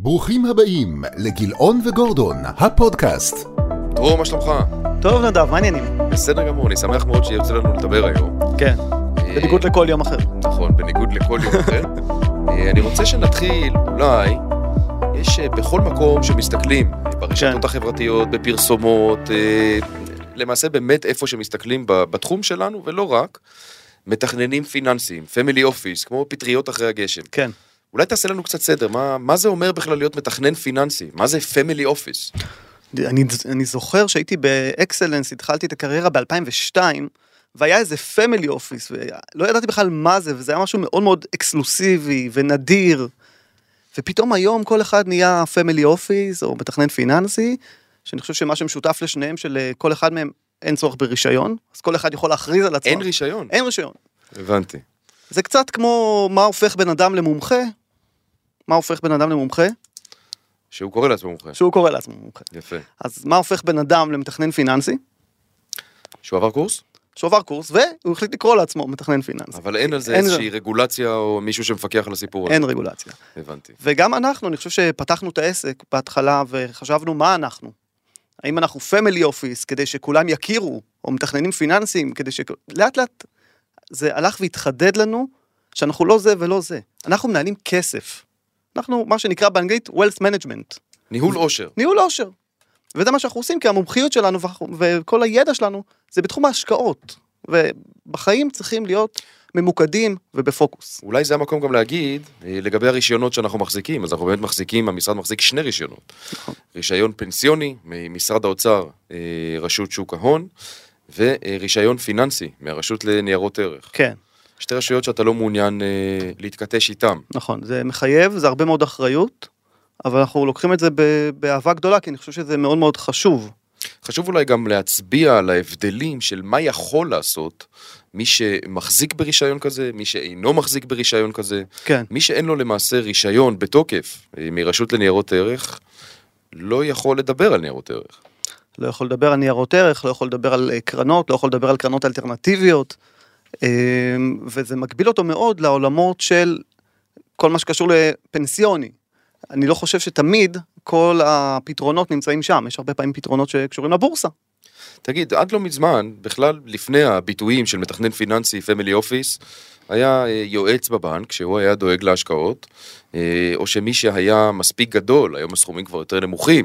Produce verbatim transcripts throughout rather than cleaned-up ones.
ברוכים הבאים לגילאון וגורדון, הפודקאסט. דרור, מה שלומך? טוב נדב, מה העניינים? בסדר גמור, אני שמח מאוד שיוצא לנו לדבר היום. כן, בניגוד לכל יום אחר. נכון, בניגוד לכל יום אחר. אני רוצה שנתחיל, אולי, יש בכל מקום שמסתכלים, ברשתות החברתיות, בפרסומות, למעשה באמת איפה שמסתכלים בתחום שלנו, ולא רק, מתכננים פיננסיים, פמילי אופיס, כמו פטריות אחרי הגשם. כן. אולי תעשה לנו קצת סדר, מה, מה זה אומר בכלל להיות מתכנן פיננסי? מה זה פמילי אופיס? אני, אני זוכר שהייתי באקסלנס, התחלתי את הקריירה ב-אלפיים ושתיים, והיה איזה פמילי אופיס, ולא ידעתי בכלל מה זה, וזה היה משהו מאוד מאוד אקסקלוסיבי ונדיר, ופתאום היום כל אחד נהיה פמילי אופיס, או מתכנן פיננסי, שאני חושב שמה שמשותף לשניהם, שלכל אחד מהם אין צורך ברישיון, אז כל אחד יכול להכריז על עצמו. אין רישיון? אין רישיון. הבנתי. זה קצת כמו מה הופך בן אדם למומחה, מה הופך בן אדם למומחה? שהוא קורא לעצמו מומחה. שהוא קורא לעצמו מומחה. יפה. אז מה הופך בן אדם למתכנן פיננסי? שהוא עבר קורס? שהוא עבר קורס, והוא החליט לקרוא לעצמו מתכנן פיננסי. אבל אין על זה איזושהי רגולציה או מישהו שמפקח על הסיפור הזה. אין רגולציה. הבנתי. וגם אנחנו, אני חושב שפתחנו את העסק בהתחלה וחשבנו מה אנחנו. האם אנחנו פמילי אופיס כדי שכולם יכירו, או מתכננים פיננסיים כדי שלאט לאט זה הלך והתחדד לנו שאנחנו לא זה ולא זה. אנחנו מנהלים כסף. אנחנו, מה שנקרא באנגלית, wealth management. ניהול עושר. ניהול עושר. וזה מה שאנחנו עושים, כי המומחיות שלנו וכל הידע שלנו, זה בתחום ההשקעות. ובחיים צריכים להיות ממוקדים ובפוקוס. אולי זה המקום גם להגיד, לגבי הרישיונות שאנחנו מחזיקים, אז אנחנו באמת מחזיקים, המשרד מחזיק שני רישיונות. רישיון פנסיוני, ממשרד האוצר, רשות שוק ההון, ורישיון פיננסי, מהרשות לניירות ערך. כן. שתי רשויות שאתה לא מעוניין אה, להתכתש איתם. נכון, זה מחייב, זה הרבה מאוד אחריות, אבל אנחנו לוקחים את זה באהבה גדולה, כי אני חושב שזה מאוד מאוד חשוב. חשוב אולי גם להצביע על ההבדלים של מה יכול לעשות מי שמחזיק ברישיון כזה, מי שאינו מחזיק ברישיון כזה, כן. מי שאין לו למעשה רישיון בתוקף מרשות לניירות ערך, לא יכול לדבר על ניירות ערך. לא יכול לדבר על ניירות ערך, לא יכול לדבר על קרנות, לא יכול לדבר על קרנות אלטרנטיביות, וזה מגביל אותו מאוד לעולמות של כל מה שקשור לפנסיוני. אני לא חושב שתמיד כל הפתרונות נמצאים שם, יש הרבה פעמים פתרונות שקשורים לבורסה. תגיד, עד לא מזמן, בכלל לפני הביטויים של מתכנן פיננסי, פמילי אופיס, היה יועץ בבנק, שהוא היה דואג להשקעות, או שמי שהיה מספיק גדול, היום הסכומים כבר יותר נמוכים,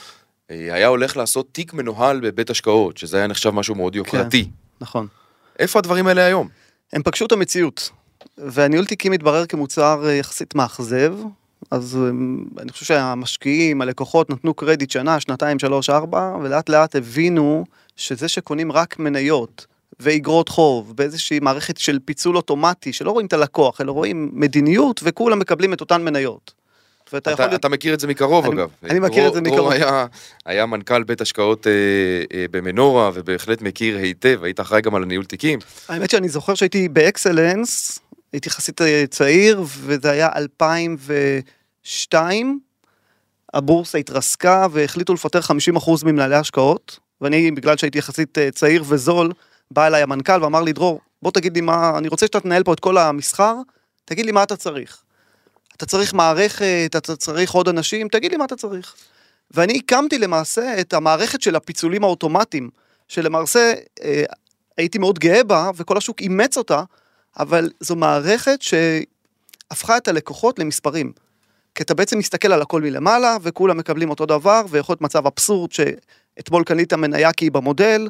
היה הולך לעשות תיק מנוהל בבית השקעות, שזה היה נחשב משהו מאוד יוקרתי. כן, נכון. איפה הדברים האלה היום? הם פגשו את המציאות, והניהול תיקים מתברר כמוצר יחסית מאכזב, אז אני חושב שהמשקיעים, הלקוחות נתנו קרדיט שנה, שנתיים, שלוש, ארבע, ולאט לאט הבינו שזה שקונים רק מניות ואגרות חוב, באיזושהי מערכת של פיצול אוטומטי, שלא רואים את הלקוח, אלא רואים מדיניות, וכולם מקבלים את אותן מניות. אתה, אתה, אתה מכיר את זה מקרוב, אני, אגב. אני מכיר דרור, את זה מקרוב. דרור היה, היה מנכ"ל בית השקעות אה, אה, במנורה, ובהחלט מכיר היטב, היית אחראי גם על הניהול תיקים. האמת שאני זוכר שהייתי באקסלנס, הייתי יחסית צעיר, וזה היה אלפיים ושתיים, הבורסה התרסקה, והחליטו לפטר חמישים אחוז ממנהלי השקעות, ואני, בגלל שהייתי יחסית צעיר וזול, בא אליי המנכ"ל ואמר לי, דרור, בוא תגיד לי מה, אני רוצה שאתה תנהל פה את כל המסחר, תגיד לי מה אתה צריך. אתה צריך מערכת, אתה צריך עוד אנשים, תגיד לי מה אתה צריך. ואני הקמתי למעשה את המערכת של הפיצולים האוטומטיים, שלמעשה אה, הייתי מאוד גאה בה, וכל השוק אימץ אותה, אבל זו מערכת שהפכה את הלקוחות למספרים. כי אתה בעצם מסתכל על הכל מלמעלה, וכולם מקבלים אותו דבר, ויכול להיות מצב אבסורד, שאתמול קנית מניה כי היא במודל,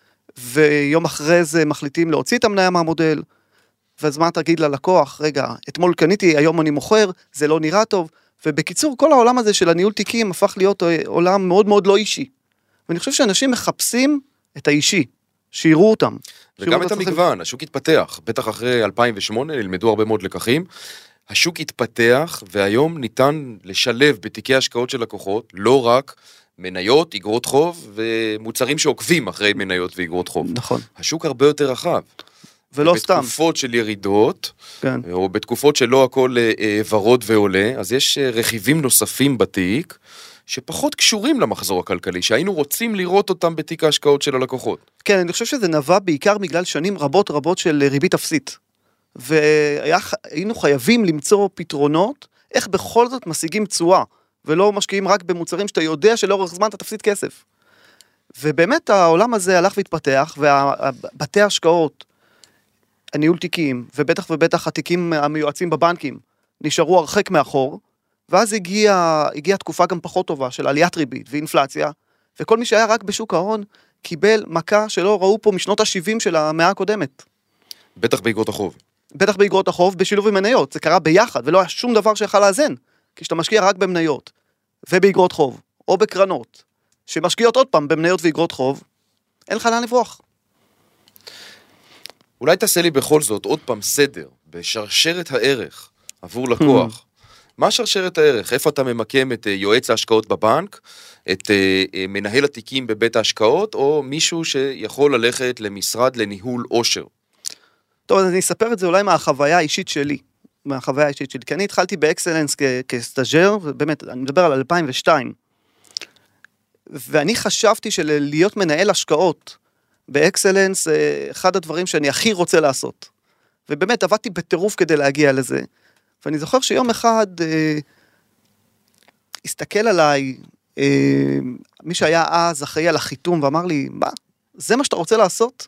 ויום אחרי זה מחליטים להוציא את המניה מהמודל, ואז מה תגיד ללקוח, רגע, אתמול קניתי, היום אני מוכר, זה לא נראה טוב, ובקיצור, כל העולם הזה של הניהול תיקים הפך להיות עולם מאוד מאוד לא אישי. ואני חושב שאנשים מחפשים את האישי, שיראו אותם. וגם את המגוון, השוק התפתח, בטח אחרי אלפיים ושמונה, נלמדו הרבה מאוד לקחים, השוק התפתח, והיום ניתן לשלב בתיקי השקעות של לקוחות, לא רק מניות, אגרות חוב, ומוצרים שעוקבים אחרי מניות ואגרות חוב. נכון. השוק הרבה יותר רחב. ולא סתם. בתקופות של ירידות, כן. או בתקופות שלא הכל ורוד ועולה, אז יש רכיבים נוספים בתיק, שפחות קשורים למחזור הכלכלי, שהיינו רוצים לראות אותם בתיק ההשקעות של הלקוחות. כן, אני חושב שזה נבע בעיקר בגלל שנים רבות רבות של ריבית אפסית. והיינו חייבים למצוא פתרונות, איך בכל זאת משיגים תשואה. ולא משקיעים רק במוצרים שאתה יודע שלאורך זמן אתה תפסיד כסף. ובאמת העולם הזה הלך והתפתח, ובתי ההשקעות, הניהול תיקים, ובטח ובטח התיקים המיועצים בבנקים, נשארו הרחק מאחור, ואז הגיעה, הגיעה תקופה גם פחות טובה של עליית ריבית ואינפלציה, וכל מי שהיה רק בשוק ההון, קיבל מכה שלא ראו פה משנות ה-שבעים של המאה הקודמת. בטח באגרות החוב. בטח באגרות החוב, בשילוב עם מניות, זה קרה ביחד, ולא היה שום דבר שיכל לאזן, כי שאתה משקיע רק במניות, ובאגרות חוב, או בקרנות, שמשקיעות עוד פעם במניות ואגרות חוב, אין לך לאן לברוח. אולי תעשה לי בכל זאת עוד פעם סדר, בשרשרת הערך עבור לקוח. מה שרשרת הערך? איפה אתה ממקם את יועץ ההשקעות בבנק, את מנהל התיקים בבית ההשקעות, או מישהו שיכול ללכת למשרד לניהול עושר? טוב, אז אני אספר את זה אולי מהחוויה האישית שלי, מהחוויה האישית שלי, כי אני התחלתי באקסלנס כסטאז'ר, ובאמת, אני מדבר על אלפיים ושתיים, ואני חשבתי שלהיות מנהל השקעות באקסלנס, אחד הדברים שאני הכי רוצה לעשות, ובאמת עבדתי בטירוף כדי להגיע לזה, ואני זוכר שיום אחד אה, הסתכל עליי, אה, מי שהיה אז אחראי על החיתום, ואמר לי, מה, זה מה שאתה רוצה לעשות?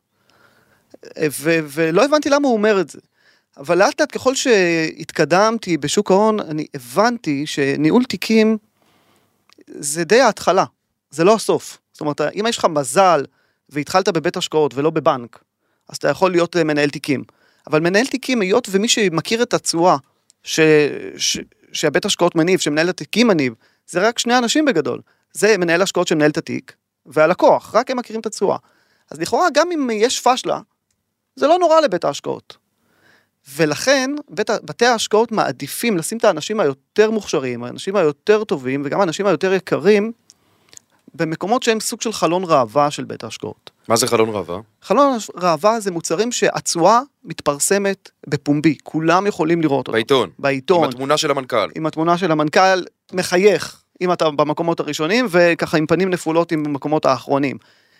ו- ולא הבנתי למה הוא אומר את זה. אבל לאט לאט ככל שהתקדמתי בשוק ההון, אני הבנתי שניהול תיקים זה די ההתחלה, זה לא הסוף. זאת אומרת, אם יש לך מזל והתחלת בבית השקעות ולא בבנק, אז אתה יכול להיות מנהל תיקים. אבל מנהל תיקים, היות ומי שמכיר את התשואה, ש... ש... שהבית השקעות מניב, שמנהל התיקים מניב, זה רק שני אנשים בגדול. זה מנהל השקעות שמנהל את התיק, והלקוח, רק הם מכירים את התשואה. אז לכאורה, גם אם יש פשלה, זה לא נורא לבית ההשקעות. ולכן, בית... בתי ההשקעות מעדיפים לשים את האנשים היותר מוכשרים, האנשים היותר טובים, וגם האנשים היותר יקרים, במקומות שהם סוג של חלון ראווה של בית ההשקעות. מה זה חלון ראווה? חלון ראווה זה מוצרים שהתשואה מתפרסמת בפומבי, כולם יכולים לראות אותם. בעיתון. בעיתון. עם התמונה של המנכ"ל. עם התמונה של המנכ"ל, מחייך, אם אתה במקומות הראשונים, וככה עם פנים נפולות עם המקומות האחרונים.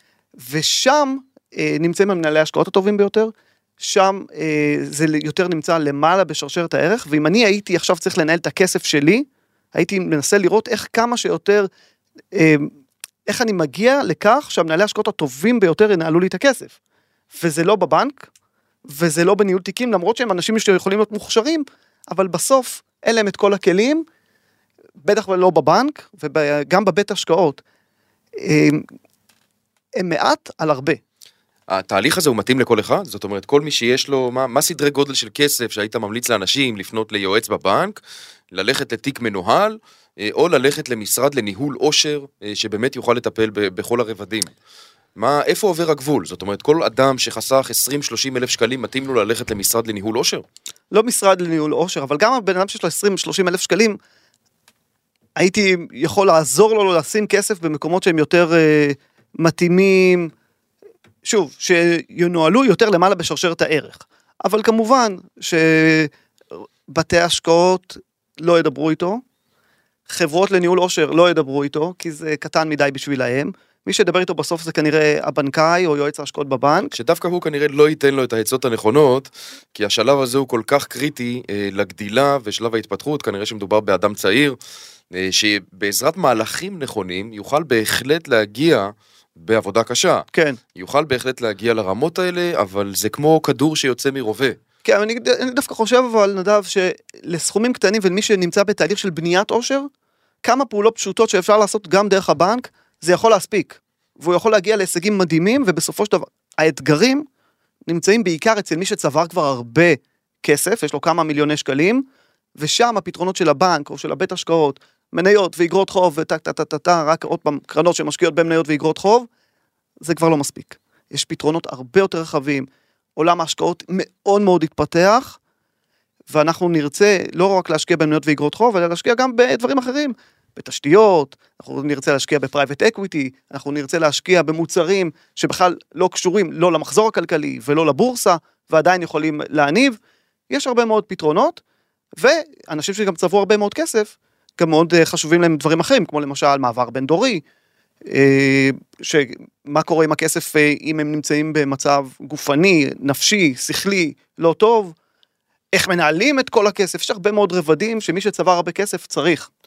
ושם אה, נמצאים המנהלי ההשקעות הטובים ביותר, שם אה, זה יותר נמצא למעלה בשרשרת הערך, ואם אני הייתי עכשיו צריך לנהל את הכסף שלי, הייתי מנסה לראות איך כמה שיותר... אה, איך אני מגיע לכך שהמנהלי ההשקעות הטובים ביותר ינהלו לי את הכסף. וזה לא בבנק, וזה לא בניהול תיקים, למרות שהם אנשים שיכולים להיות מוכשרים, אבל בסוף אין להם את כל הכלים, בטח ולא בבנק, וגם בבית השקעות. הם, הם מעט על הרבה. התהליך הזה הוא מתאים לכל אחד? זאת אומרת, כל מי שיש לו, מה, מה סדרי גודל של כסף שהיית ממליץ לאנשים לפנות ליועץ בבנק, ללכת לתיק מנוהל, או ללכת למשרד לניהול עושר, שבאמת יוכל לטפל בכל הרבדים. מה, איפה עובר הגבול? זאת אומרת, כל אדם שחסך עשרים שלושים אלף שקלים, מתאים לו ללכת למשרד לניהול עושר? לא משרד לניהול עושר, אבל גם הבן אדם שיש לו עשרים שלושים אלף שקלים, הייתי יכול לעזור לו לשים כסף במקומות שהם יותר uh, מתאימים, שוב, שינועלו יותר למעלה בשרשרת הערך. אבל כמובן שבתי השקעות לא ידברו איתו, חברות לניהול עושר לא ידברו איתו, כי זה קטן מדי בשבילהם. מי שידבר איתו בסוף זה כנראה הבנקאי או יועץ ההשקעות בבנק. שדווקא הוא כנראה לא ייתן לו את העצות הנכונות, כי השלב הזה הוא כל כך קריטי אה, לגדילה ושלב ההתפתחות, כנראה שמדובר באדם צעיר, אה, שבעזרת מהלכים נכונים יוכל בהחלט להגיע בעבודה קשה. כן. יוכל בהחלט להגיע לרמות האלה, אבל זה כמו כדור שיוצא מרובה. כן, אני, אני דווקא חושב אבל נדב שלסכומים קטנים ולמי שנמצא בתהליך של בניית עושר, כמה פעולות פשוטות שאפשר לעשות גם דרך הבנק, זה יכול להספיק. והוא יכול להגיע להישגים מדהימים, ובסופו של דבר, האתגרים נמצאים בעיקר אצל מי שצבר כבר הרבה כסף, יש לו כמה מיליוני שקלים, ושם הפתרונות של הבנק או של הבית השקעות, מניות ואגרות חוב, וטק טק טק טק, רק עוד פעם קרנות שמשקיעות במניות ואגרות חוב, זה כבר לא מספיק. יש פתרונות הרבה יותר רחבים, עולם ההשקעות מאוד מאוד התפתח, ואנחנו נרצה לא רק להשקיע במניות ואגרות חוב, אלא להשקיע גם בדברים אחרים, בתשתיות, אנחנו נרצה להשקיע בפרייבט אקוויטי, אנחנו נרצה להשקיע במוצרים שבכלל לא קשורים לא למחזור הכלכלי ולא לבורסה, ועדיין יכולים להניב. יש הרבה מאוד פתרונות, ואנשים שגם צברו הרבה מאוד כסף, גם מאוד חשובים להם דברים אחרים, כמו למשל מעבר בין דורי, שמה קורה עם הכסף אם הם נמצאים במצב גופני, נפשי, שכלי, לא טוב, איך מנהלים את כל הכסף, יש הרבה מאוד רבדים שמי שצבר הרבה כסף צריך.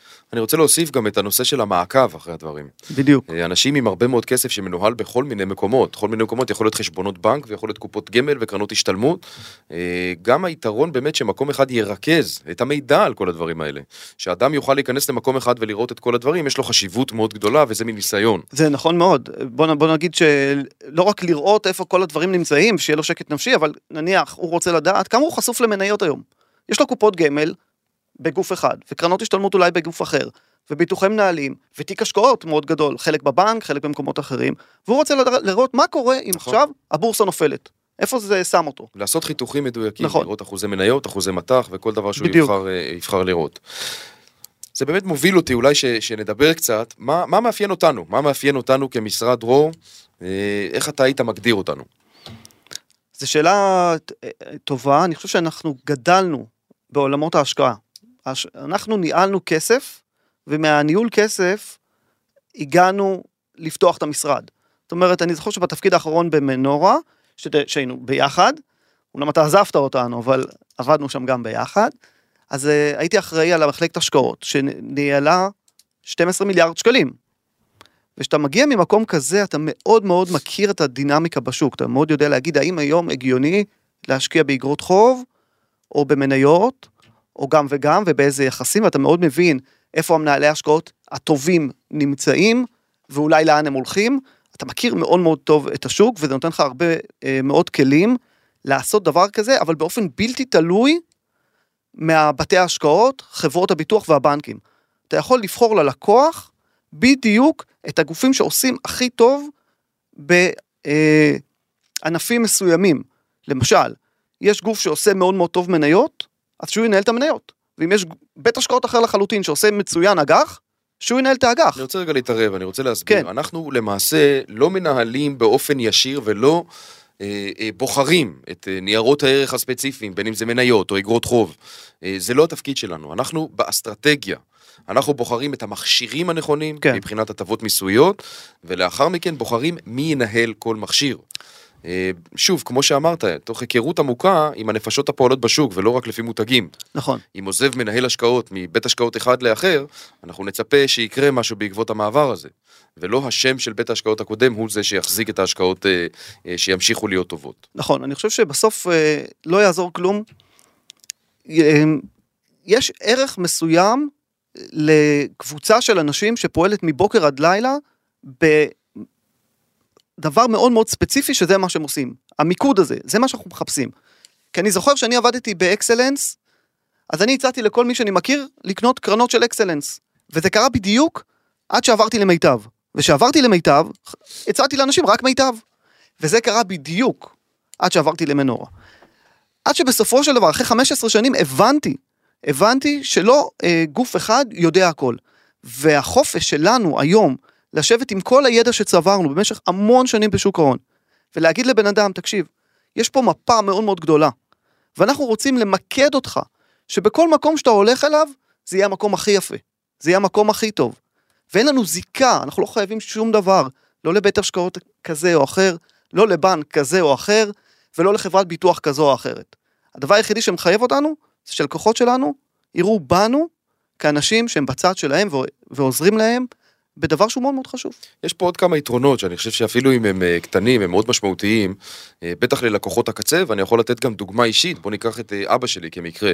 אני רוצה להוסיף גם את הנושא של המעקב אחרי הדברים. בדיוק. אנשים עם הרבה מאוד כסף שמנוהל בכל מיני מקומות, כל מיני מקומות יכול להיות חשבונות בנק, ויכול להיות קופות גמל וקרנות השתלמות. גם היתרון באמת שמקום אחד ירכז את המידע על כל הדברים האלה. שאדם יוכל להיכנס למקום אחד ולראות את כל הדברים, יש לו חשיבות מאוד גדולה, וזה מניסיון. זה נכון מאוד. בוא, בוא נגיד שלא רק לראות איפה כל הדברים נמצאים, שיהיה לו שקט נפשי, אבל נניח הוא רוצה לדעת כמה הוא חשוף למניות היום. יש לו קופות גמל בגוף אחד, וקרנות השתלמות אולי בגוף אחר, וביטוחי מנהלים, ותיק השקעות מאוד גדול, חלק בבנק, חלק במקומות אחרים, והוא רוצה לראות מה קורה אם נכון. עכשיו הבורסה נופלת. איפה זה שם אותו? לעשות חיתוכים מדויקים, נכון. לראות אחוזי מניות, אחוזי מטח, וכל דבר שהוא בדיוק. יבחר, יבחר לראות. זה באמת מוביל אותי אולי ש, שנדבר קצת, מה, מה מאפיין אותנו? מה מאפיין אותנו כמשרד דרור? איך אתה היית מגדיר אותנו? זו שאלה טובה, אני חושב שאנחנו גדלנו בעולמות ההשקעה. אנחנו ניהלנו כסף, ומהניהול כסף הגענו לפתוח את המשרד. זאת אומרת, אני זוכר שבתפקיד האחרון במנורה, שהיינו ביחד, אולם אתה עזבת אותנו, אבל עבדנו שם גם ביחד, אז uh, הייתי אחראי על המחלקת השקעות, שניהלה שנים עשר מיליארד שקלים. ושאתה מגיע ממקום כזה, אתה מאוד מאוד מכיר את הדינמיקה בשוק, אתה מאוד יודע להגיד, האם היום הגיוני להשקיע באגרות חוב, או במניות, או גם וגם, ובאיזה יחסים, ואתה מאוד מבין איפה המנהלי ההשקעות הטובים נמצאים, ואולי לאן הם הולכים, אתה מכיר מאוד מאוד טוב את השוק, וזה נותן לך הרבה אה, מאוד כלים, לעשות דבר כזה, אבל באופן בלתי תלוי, מהבתי ההשקעות, חברות הביטוח והבנקים. אתה יכול לבחור ללקוח, בדיוק את הגופים שעושים הכי טוב, בענפים מסוימים. למשל, יש גוף שעושה מאוד מאוד טוב מניות, אז שהוא ינהל את המניות. ואם יש בית השקעות אחר לחלוטין שעושה מצוין אג"ח, שהוא ינהל את האג"ח. אני רוצה רגע להתערב, אני רוצה להסביר. כן. אנחנו למעשה לא מנהלים באופן ישיר ולא אה, אה, בוחרים את אה, ניירות הערך הספציפיים, בין אם זה מניות או אגרות חוב. אה, זה לא התפקיד שלנו. אנחנו באסטרטגיה. אנחנו בוחרים את המכשירים הנכונים, כן. מבחינת הטבות מיסויות, ולאחר מכן בוחרים מי ינהל כל מכשיר. שוב, כמו שאמרת, תוך היכרות עמוקה עם הנפשות הפועלות בשוק, ולא רק לפי מותגים. נכון. אם עוזב מנהל השקעות מבית השקעות אחד לאחר, אנחנו נצפה שיקרה משהו בעקבות המעבר הזה. ולא השם של בית ההשקעות הקודם הוא זה שיחזיק את ההשקעות שימשיכו להיות טובות. נכון, אני חושב שבסוף לא יעזור כלום. יש ערך מסוים לקבוצה של אנשים שפועלת מבוקר עד לילה ב... דבר מאוד מאוד ספציפי שזה מה שהם עושים. המיקוד הזה, זה מה שאנחנו מחפשים. כי אני זוכר שאני עבדתי באקסלנס, אז אני הצעתי לכל מי שאני מכיר לקנות קרנות של אקסלנס. וזה קרה בדיוק עד שעברתי למיטב. ושעברתי למיטב, הצעתי לאנשים רק מיטב. וזה קרה בדיוק עד שעברתי למנורה. עד שבסופו של דבר, אחרי חמש עשרה שנים, הבנתי, הבנתי שלא אה, גוף אחד יודע הכל. והחופש שלנו היום, לשבת עם כל הידע שצברנו במשך המון שנים בשוק ההון, ולהגיד לבן אדם, תקשיב, יש פה מפה מאוד מאוד גדולה, ואנחנו רוצים למקד אותך, שבכל מקום שאתה הולך אליו, זה יהיה המקום הכי יפה, זה יהיה המקום הכי טוב, ואין לנו זיקה, אנחנו לא חייבים שום דבר, לא לבית השקעות כזה או אחר, לא לבנק כזה או אחר, ולא לחברת ביטוח כזו או אחרת. הדבר היחידי שמחייב אותנו, זה שלקוחות שלנו, יראו בנו, כאנשים שהם בצד שלהם ועוזרים להם, בדבר שהוא מאוד מאוד חשוב. יש פה עוד כמה יתרונות, שאני חושב שאפילו אם הם קטנים, הם מאוד משמעותיים, בטח ללקוחות הקצה, ואני יכול לתת גם דוגמה אישית, בוא ניקח את אבא שלי כמקרה.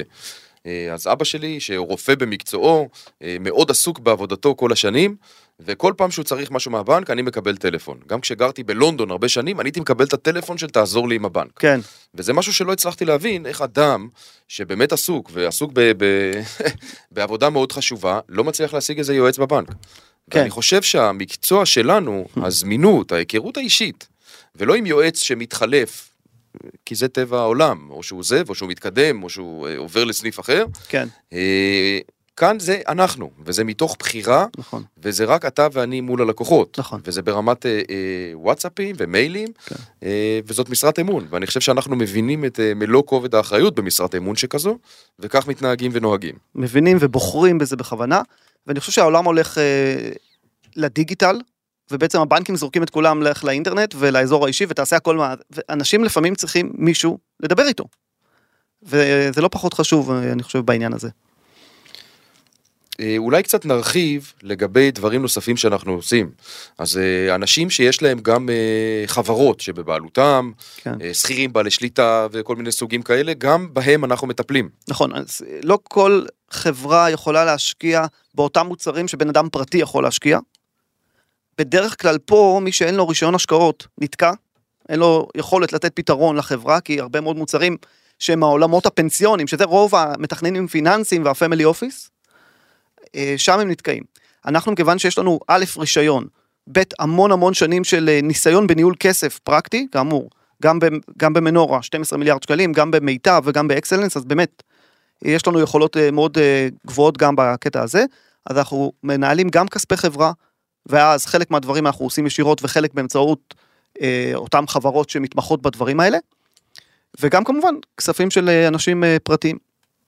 אז אבא שלי, שהוא רופא במקצועו, מאוד עסוק בעבודתו כל השנים, וכל פעם שהוא צריך משהו מהבנק, אני מקבל טלפון. גם כשגרתי בלונדון הרבה שנים, אני הייתי מקבל את הטלפון של תעזור לי עם הבנק. כן. וזה משהו שלא הצלחתי להבין, איך אדם שבאמת עסוק, ועסוק ב- ב- בעבודה מאוד חשובה, לא מצליח להשיג איזה יועץ בבנק. כן. ואני חושב שהמקצוע שלנו, הזמינות, ההיכרות האישית, ולא עם יועץ שמתחלף, כי זה טבע העולם, או שהוא עוזב, או שהוא מתקדם, או שהוא אה, עובר לסניף אחר. כן. אה, כאן זה אנחנו, וזה מתוך בחירה, נכון. וזה רק אתה ואני מול הלקוחות. נכון. וזה ברמת אה, אה, וואטסאפים ומיילים, כן. אה, וזאת משרת אמון. ואני חושב שאנחנו מבינים את אה, מלוא כובד האחריות במשרת אמון שכזו, וכך מתנהגים ונוהגים. מבינים ובוחרים בזה בכוונה, ואני חושב שהעולם הולך אה, לדיגיטל, ובעצם הבנקים זורקים את כולם ללך לאינטרנט ולאזור האישי, ותעשה הכל מה... ואנשים לפעמים צריכים מישהו לדבר איתו. וזה לא פחות חשוב, אני חושב, בעניין הזה. אולי קצת נרחיב לגבי דברים נוספים שאנחנו עושים. אז אנשים שיש להם גם חברות שבבעלותם, כן. שכירים בעלי שליטה וכל מיני סוגים כאלה, גם בהם אנחנו מטפלים. נכון, אז לא כל חברה יכולה להשקיע באותם מוצרים שבן אדם פרטי יכול להשקיע. בדרך כלל פה, מי שאין לו רישיון השקעות נתקע, אין לו יכולת לתת פתרון לחברה, כי הרבה מאוד מוצרים שהם העולמות הפנסיונים, שזה רוב המתכננים פיננסיים והפמילי אופיס, שם הם נתקעים. אנחנו מכיוון שיש לנו א' רישיון, ב' המון המון שנים של ניסיון בניהול כסף פרקטי, כאמור, גם, גם במנורה, שנים עשר מיליארד שקלים, גם במיטב וגם באקסלנס, אז באמת, יש לנו יכולות מאוד גבוהות גם בקטע הזה, אז אנחנו מנהלים גם כספי חברה, ואז חלק מהדברים אנחנו עושים ישירות, וחלק באמצעות אה, אותם חברות שמתמחות בדברים האלה, וגם כמובן כספים של אנשים אה, פרטיים.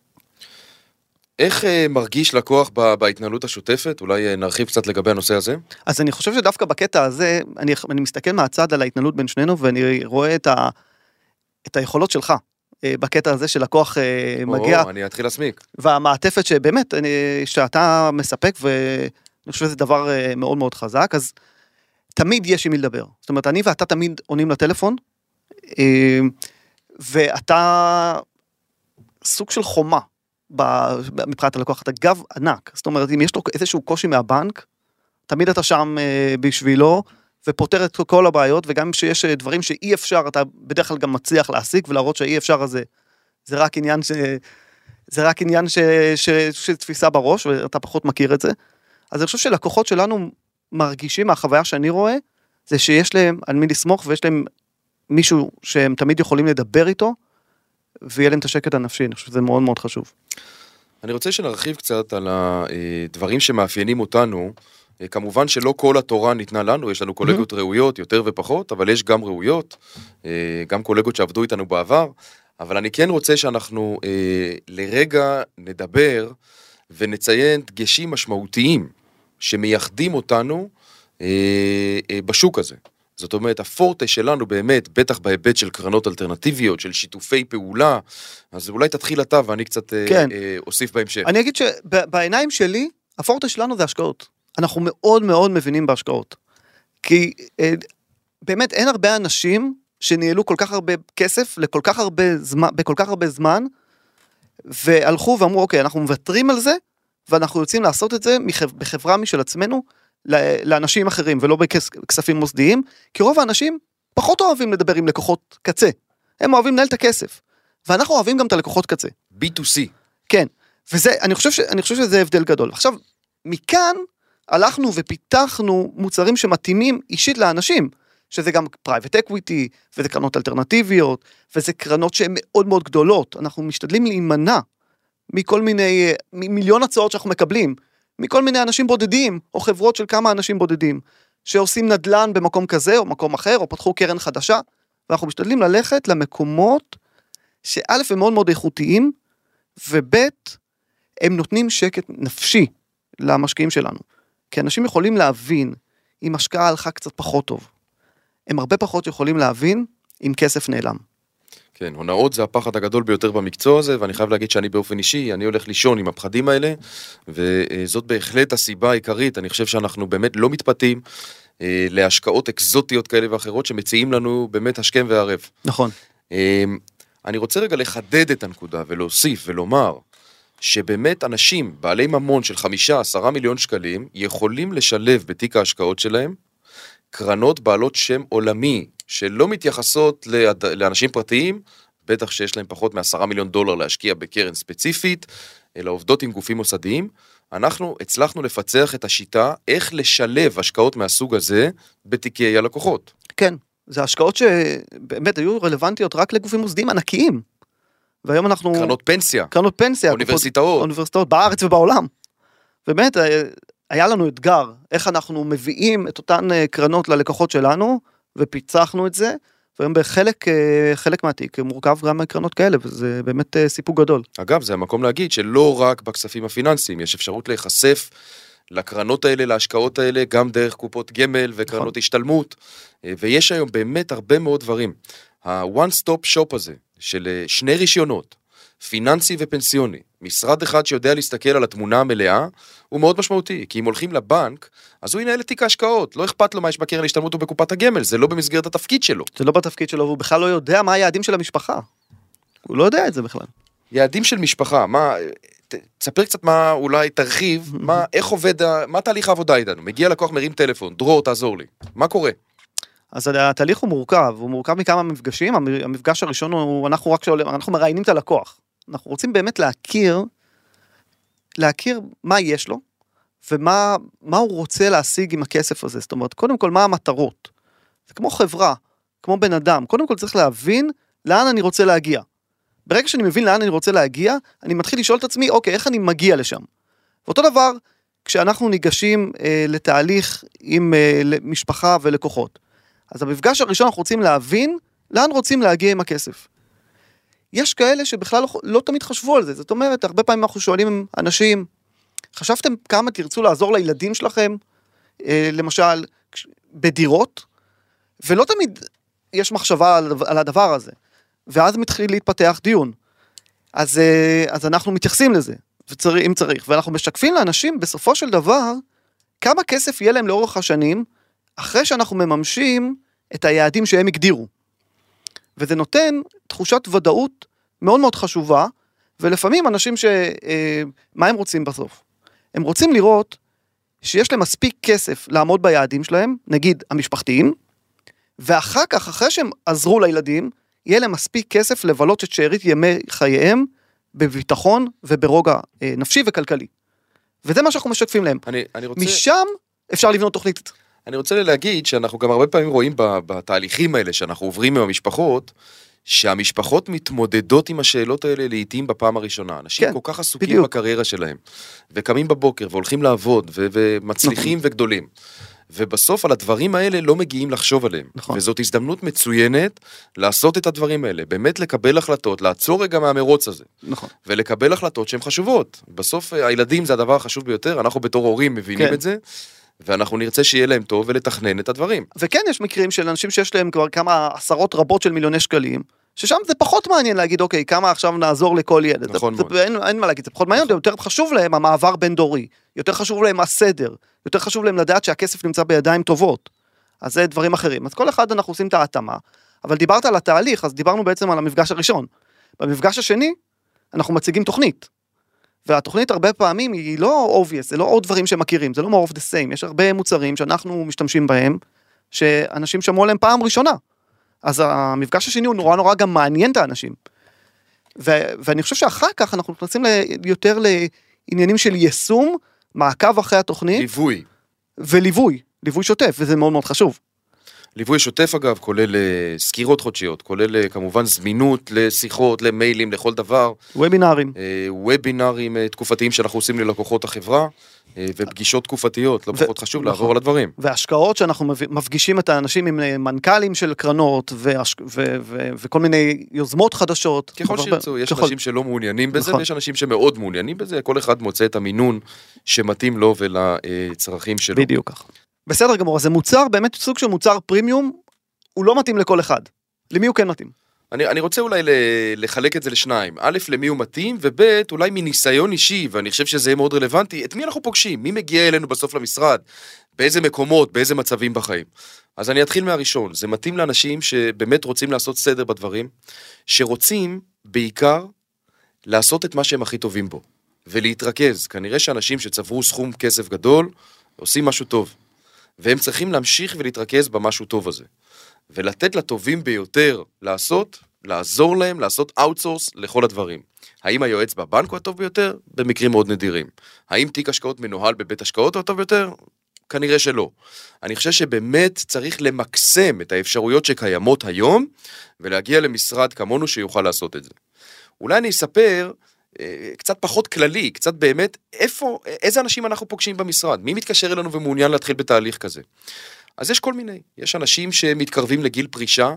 איך אה, מרגיש לקוח בהתנהלות השוטפת? אולי אה, נרחיב קצת לגבי הנושא הזה? אז אני חושב שדווקא בקטע הזה, אני, אני מסתכל מהצד על ההתנהלות בין שנינו, ואני רואה את, ה, את היכולות שלך, אה, בקטע הזה שלקוח אה, או, מגיע. או, אני אתחיל להסמיק. והמעטפת שבאמת, אני, שאתה מספק, ואני חושב שזה דבר אה, מאוד מאוד חזק, אז תמיד יש עם מי לדבר. זאת אומרת, אני ואתה תמיד עונים לטלפון, אה, ואתה סוג של חומה, מבחינת הלקוח, אתה גב ענק, זאת אומרת, אם יש לו איזשהו קושי מהבנק, תמיד אתה שם בשבילו, ופותר את כל הבעיות, וגם שיש דברים שאי אפשר, אתה בדרך כלל גם מצליח להשיג, ולהראות שאי אפשר הזה, זה רק עניין ש... זה רק עניין ש... ש... שתפיסה בראש, ואתה פחות מכיר את זה. אז אני חושב שלקוחות שלנו מרגישים, מהחוויה שאני רואה, זה שיש להם על מי לסמוך, ויש להם מישהו שהם תמיד יכולים לדבר איתו, ויהיה להם את השקט הנפשי, אני חושב שזה מאוד מאוד חשוב. אני רוצה שנרחיב קצת על הדברים שמאפיינים אותנו, כמובן שלא כל התורה ניתנה לנו, יש לנו קולגות ראויות יותר ופחות, אבל יש גם ראויות, גם קולגות שעבדו איתנו בעבר, אבל אני כן רוצה שאנחנו לרגע נדבר ונציין דגשים משמעותיים שמייחדים אותנו בשוק הזה. זאת אומרת, הפורטה שלנו באמת, בטח בהיבט של קרנות אלטרנטיביות, של שיתופי פעולה, אז אולי תתחיל אתה ואני קצת כן. אה, אוסיף בהמשך. אני אגיד שבעיניים שלי, הפורטה שלנו זה השקעות. אנחנו מאוד מאוד מבינים בהשקעות. כי אה, באמת אין הרבה אנשים שניהלו כל כך הרבה כסף, לכל כך הרבה זמן, בכל כך הרבה זמן, והלכו ואמרו, אוקיי, אנחנו מוותרים על זה, ואנחנו יוצאים לעשות את זה בחברה משל עצמנו, לאנשים אחרים, ולא בכספים מוסדיים, כי רוב האנשים פחות אוהבים לדבר עם לקוחות קצה. הם אוהבים לנהל את הכסף. ואנחנו אוהבים גם את הלקוחות קצה. בי טו סי. כן. וזה, אני חושב ש, אני חושב שזה הבדל גדול. עכשיו, מכאן הלכנו ופיתחנו מוצרים שמתאימים אישית לאנשים, שזה גם private equity, וזה קרנות אלטרנטיביות, וזה קרנות שהן מאוד מאוד גדולות. אנחנו משתדלים להימנע מכל מיני, מיליון הצעות שאנחנו מקבלים, מכל מיני אנשים בודדים, או חברות של כמה אנשים בודדים, שעושים נדלן במקום כזה, או מקום אחר, או פתחו קרן חדשה, ואנחנו משתדלים ללכת למקומות, שא' הם מאוד מאוד איכותיים, וב' הם נותנים שקט נפשי, למשקיעים שלנו. כי אנשים יכולים להבין, אם השקעה הלכה קצת פחות טוב, הם הרבה פחות יכולים להבין, אם כסף נעלם. כן, הונאות זה הפחד הגדול ביותר במקצוע הזה, ואני חייב להגיד שאני באופן אישי, אני הולך לישון עם הפחדים האלה, וזאת בהחלט הסיבה העיקרית, אני חושב שאנחנו באמת לא מתפתים אה, להשקעות אקזוטיות כאלה ואחרות, שמציעים לנו באמת השכם והערב. נכון. אה, אני רוצה רגע לחדד את הנקודה, ולהוסיף ולומר, שבאמת אנשים בעלי ממון של חמישה, עשרה מיליון שקלים, יכולים לשלב בתיק ההשקעות שלהם, קרנות בעלות שם עולמי, שלא מתייחסות לאנשים פרטיים, בטח שיש להם פחות מעשרה מיליון דולר להשקיע בקרן ספציפית, אלא עובדות עם גופים מוסדיים. אנחנו הצלחנו לפצח את השיטה, איך לשלב השקעות מהסוג הזה, בתיקי הלקוחות. כן, זה השקעות שבאמת היו רלוונטיות רק לגופים מוסדיים ענקיים. והיום אנחנו... קרנות פנסיה. קרנות פנסיה. אוניברסיטאות. אוניברסיטאות בארץ ובעולם. ובאמת, היה לנו אתגר, איך אנחנו מביאים את אותן קרנות ללקוחות שלנו, ופיצחנו את זה, והיום בחלק חלק מהתיק מורכב גם מקרנות כאלה, וזה באמת סיפוק גדול. אגב, זה המקום להגיד שלא רק בכספים הפיננסיים, יש אפשרות להיחשף לקרנות האלה, להשקעות האלה, גם דרך קופות גמל וקרנות נכון. השתלמות, ויש היום באמת הרבה מאוד דברים. ה-one stop shop הזה, של שני רישיונות, פיננסי ופנסיוני, משרד אחד שיודע להסתכל על התמונה המלאה, הוא מאוד משמעותי, כי אם הולכים לבנק, אז הוא ינהל את תיק ההשקעות, לא אכפת לו מה יש בקרן להשתלמות או בקופת הגמל, זה לא במסגרת התפקיד שלו. זה לא בתפקיד שלו, והוא בכלל לא יודע מה היעדים של המשפחה. הוא לא יודע את זה בכלל. יעדים של משפחה, מה, תספר קצת מה, אולי תרחיב, מה, איך עובד, מה תהליך העבודה איתנו? מגיע לקוח, מרים טלפון, דרור, תעזור לי. מה קורה? אז התהליך הוא מורכב, הוא מורכב מכמה מפגשים, המפגש הראשון הוא, אנחנו רק שואלים, אנחנו מראיינים את הלקוח. אנחנו רוצים באמת להכיר, להכיר מה יש לו, ומה מה הוא רוצה להשיג עם הכסף הזה. זאת אומרת, קודם כל, מה המטרות? זה כמו חברה, כמו בן אדם. קודם כל צריך להבין לאן אני רוצה להגיע. ברגע שאני מבין לאן אני רוצה להגיע, אני מתחיל לשאול את עצמי, אוקיי, איך אני מגיע לשם? ואותו דבר, כשאנחנו ניגשים אה, לתהליך עם אה, משפחה ולקוחות. אז המפגש הראשון אנחנו רוצים להבין לאן רוצים להגיע עם הכסף. יש כאלה שבכלל לא, לא תמיד חשבו על זה. זאת אומרת, הרבה פעמים אנחנו שואלים אנשים, חשבתם כמה תרצו לעזור לילדים שלכם, אה, למשל, בדירות, ולא תמיד יש מחשבה על, על הדבר הזה. ואז מתחיל להתפתח דיון. אז, אז אנחנו מתייחסים לזה, וצריך, אם צריך, ואנחנו משקפים לאנשים בסופו של דבר, כמה כסף יהיה להם לאורך השנים, אחרי שאנחנו מממשים את היעדים שהם הגדירו. וזה נותן תחושת ודאות מאוד מאוד חשובה, ולפעמים אנשים ש... מה הם רוצים בסוף? הם רוצים לראות שיש להם מספיק כסף לעמוד ביעדים שלהם, נגיד המשפחתיים, ואחר כך, אחרי שהם עזרו לילדים, יהיה להם מספיק כסף לבלות את שארית ימי חייהם בביטחון וברוגע אה, נפשי וכלכלי. וזה מה שאנחנו משקפים להם. אני, אני רוצה... משם אפשר לבנות תוכנית. אני רוצה להגיד שאנחנו גם הרבה פעמים רואים בתהליכים האלה שאנחנו עוברים עם המשפחות, שהמשפחות מתמודדות עם השאלות האלה לעתים בפעם הראשונה. אנשים כן, כל כך עסוקים בדיוק. בקריירה שלהם, וקמים בבוקר והולכים לעבוד, ו- ומצליחים נכון. וגדולים. ובסוף על הדברים האלה לא מגיעים לחשוב עליהם. נכון. וזאת הזדמנות מצוינת לעשות את הדברים האלה, באמת לקבל החלטות, לעצור רגע מהמרוץ הזה. נכון. ולקבל החלטות שהן חשובות. בסוף הילדים זה הדבר החשוב ביותר, אנחנו בתור הורים מבינים כן. את זה, ואנחנו נרצה שיהיה להם טוב ולתכנן את הדברים. וכן יש מקרים של אנשים שיש להם כבר כמה עשרות רבות של מיליוני שקלים, ששם זה פחות מעניין להגיד, אוקיי, כמה עכשיו נעזור לכל ילד. נכון זה, זה, אין, אין מה להגיד, זה פחות מעניין, יותר חשוב להם המעבר בין דורי, יותר חשוב להם הסדר, יותר חשוב להם לדעת שהכסף נמצא בידיים טובות. אז זה דברים אחרים. אז כל אחד אנחנו עושים את ההתאמה, אבל דיברת על התהליך, אז דיברנו בעצם על המפגש הראשון. במפגש השני, אנחנו מציגים תוכנית. והתוכנית הרבה פעמים היא לא obvious, זה לא עוד דברים שמכירים, זה לא more of the same, יש הרבה מוצרים שאנחנו משתמשים בהם, שאנשים שמעו עליהם פעם ראשונה. אז המפגש השני הוא נורא נורא גם מעניין את האנשים. ו- ואני חושב שאחר כך אנחנו נכנסים יותר לעניינים של יישום, מעקב אחרי התוכנית. ליווי. וליווי, ליווי שוטף, וזה מאוד מאוד חשוב. ליווי שוטף אגב, כולל סקירות חודשיות, כולל כמובן זמינות לשיחות, למיילים, לכל דבר. וובינרים. וובינרים תקופתיים שאנחנו עושים ללקוחות החברה, ופגישות תקופתיות, לא פחות חשוב לעבור על הדברים. והשקעות שאנחנו מפגישים את האנשים עם מנכ"לים של קרנות, וכל מיני יוזמות חדשות. ככל שירצו, יש אנשים שלא מעוניינים בזה, ויש אנשים שמאוד מעוניינים בזה, כל אחד מוצא את המינון שמתאים לו ולצרכים שלו. בדיוק ככה. בסדר גמור, אז זה מוצר, באמת סוג של מוצר פרימיום, הוא לא מתאים לכל אחד. למי הוא כן מתאים? אני, אני רוצה אולי לחלק את זה לשניים. א', למי הוא מתאים, וב', אולי מניסיון אישי, ואני חושב שזה יהיה מאוד רלוונטי, את מי אנחנו פוגשים? מי מגיע אלינו בסוף למשרד? באיזה מקומות, באיזה מצבים בחיים? אז אני אתחיל מהראשון. זה מתאים לאנשים שבאמת רוצים לעשות סדר בדברים, שרוצים בעיקר לעשות את מה שהם הכי טובים בו, ולהתרכז. כנראה שאנשים שצברו סכום כסף גדול, עושים משהו טוב. והם צריכים להמשיך ולהתרכז במשהו טוב הזה. ולתת לטובים ביותר לעשות, לעזור להם, לעשות אאוטסורס לכל הדברים. האם היועץ בבנק הוא הטוב ביותר? במקרים מאוד נדירים. האם תיק השקעות מנוהל בבית השקעות הוא הטוב ביותר? כנראה שלא. אני חושב שבאמת צריך למקסם את האפשרויות שקיימות היום, ולהגיע למשרד כמונו שיוכל לעשות את זה. אולי אני אספר קצת פחות כללי, קצת באמת, איפה, איזה אנשים אנחנו פוגשים במשרד? מי מתקשר אלינו ומעוניין להתחיל בתהליך כזה? אז יש כל מיני. יש אנשים שמתקרבים לגיל פרישה,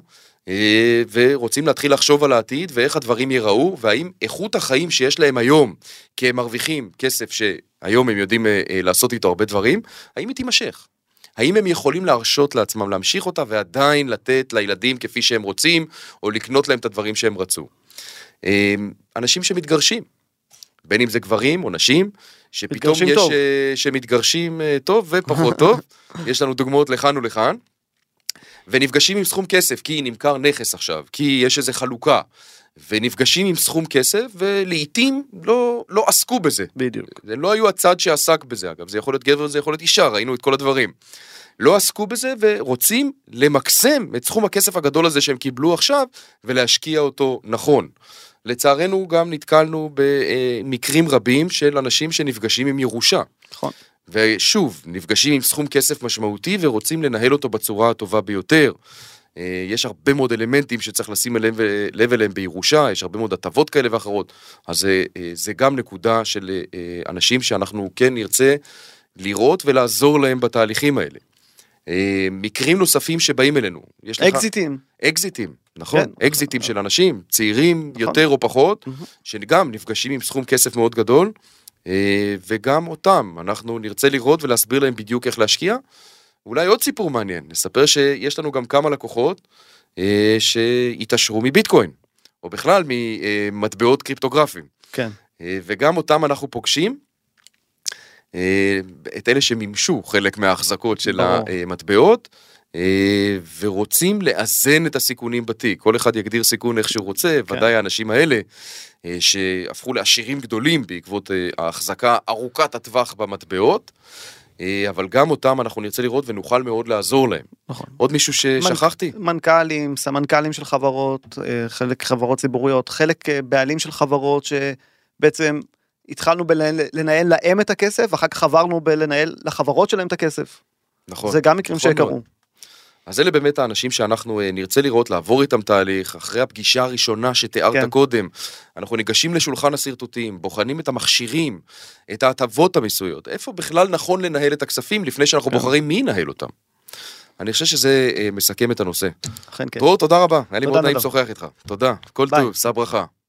ורוצים להתחיל לחשוב על העתיד, ואיך הדברים ייראו, והאם איכות החיים שיש להם היום, כי הם מרוויחים כסף שהיום הם יודעים לעשות איתו הרבה דברים, האם היא תימשך? האם הם יכולים להרשות לעצמם להמשיך אותה, ועדיין לתת לילדים כפי שהם רוצים, או לקנות להם את הדברים שהם רצו? אנשים שמתגרשים, בין אם זה גברים או נשים, שפתאום יש טוב. שמתגרשים טוב ופחות טוב, יש לנו דוגמאות לכאן ולכאן, ונפגשים עם סכום כסף, כי נמכר נכס עכשיו, כי יש איזו חלוקה, ונפגשים עם סכום כסף, ולעיתים לא, לא עסקו בזה. בדיוק. זה לא היו הצד שעסק בזה, אגב, זה יכול להיות גבר, זה יכול להיות אישה, ראינו את כל הדברים. לא עסקו בזה, ורוצים למקסם את סכום הכסף הגדול הזה שהם קיבלו עכשיו, ולהשקיע אותו נכון. לצערנו גם נתקלנו במקרים רבים של אנשים שנפגשים עם ירושה. נכון. ושוב, נפגשים עם סכום כסף משמעותי, ורוצים לנהל אותו בצורה הטובה ביותר. יש הרבה מאוד אלמנטים שצריך לשים לב אליהם בירושה, יש הרבה מאוד הטבות כאלה ואחרות, אז זה גם נקודה של אנשים שאנחנו כן נרצה לראות ולעזור להם בתהליכים האלה. מקרים נוספים שבאים אלינו. אקזיטים. אקזיטים, נכון. אקזיטים של אנשים, צעירים יותר או פחות, שגם נפגשים עם סכום כסף מאוד גדול, וגם אותם אנחנו נרצה לראות ולהסביר להם בדיוק איך להשקיע. אולי עוד סיפור מעניין, נספר שיש לנו גם כמה לקוחות שהתעשרו מביטקוין, או בכלל ממטבעות קריפטוגרפיים. כן. וגם אותם אנחנו פוגשים, את אלה שמימשו חלק מההחזקות של המטבעות, ורוצים לאזן את הסיכונים בתיק. כל אחד יגדיר סיכון איך שהוא רוצה, ודאי האנשים האלה, שהפכו לעשירים גדולים בעקבות ההחזקה ארוכת הטווח במטבעות, אבל גם אותם אנחנו נרצה לראות ונוכל מאוד לעזור להם. נכון. עוד מישהו ששכחתי? מנכ"לים, סמנכ"לים של חברות, חלק חברות ציבוריות, חלק בעלים של חברות שבעצם התחלנו לנהל להם את הכסף, ואחר כך עברנו בלנהל לחברות שלהם את הכסף. נכון. זה גם מקרים נכון שקרו. מאוד. אז אלה באמת האנשים שאנחנו נרצה לראות, לעבור איתם תהליך, אחרי הפגישה הראשונה שתיארת כן. קודם, אנחנו ניגשים לשולחן הסרטוטים, בוחנים את המכשירים, את ההטבות המיסויות, איפה בכלל נכון לנהל את הכספים, לפני שאנחנו כן. בוחרים מי ינהל אותם. אני חושב שזה מסכם את הנושא. אכן כן. דרור, תודה רבה, היה לי מאוד נעים לשוחח איתך. תודה, כל טוב, שא ברכה.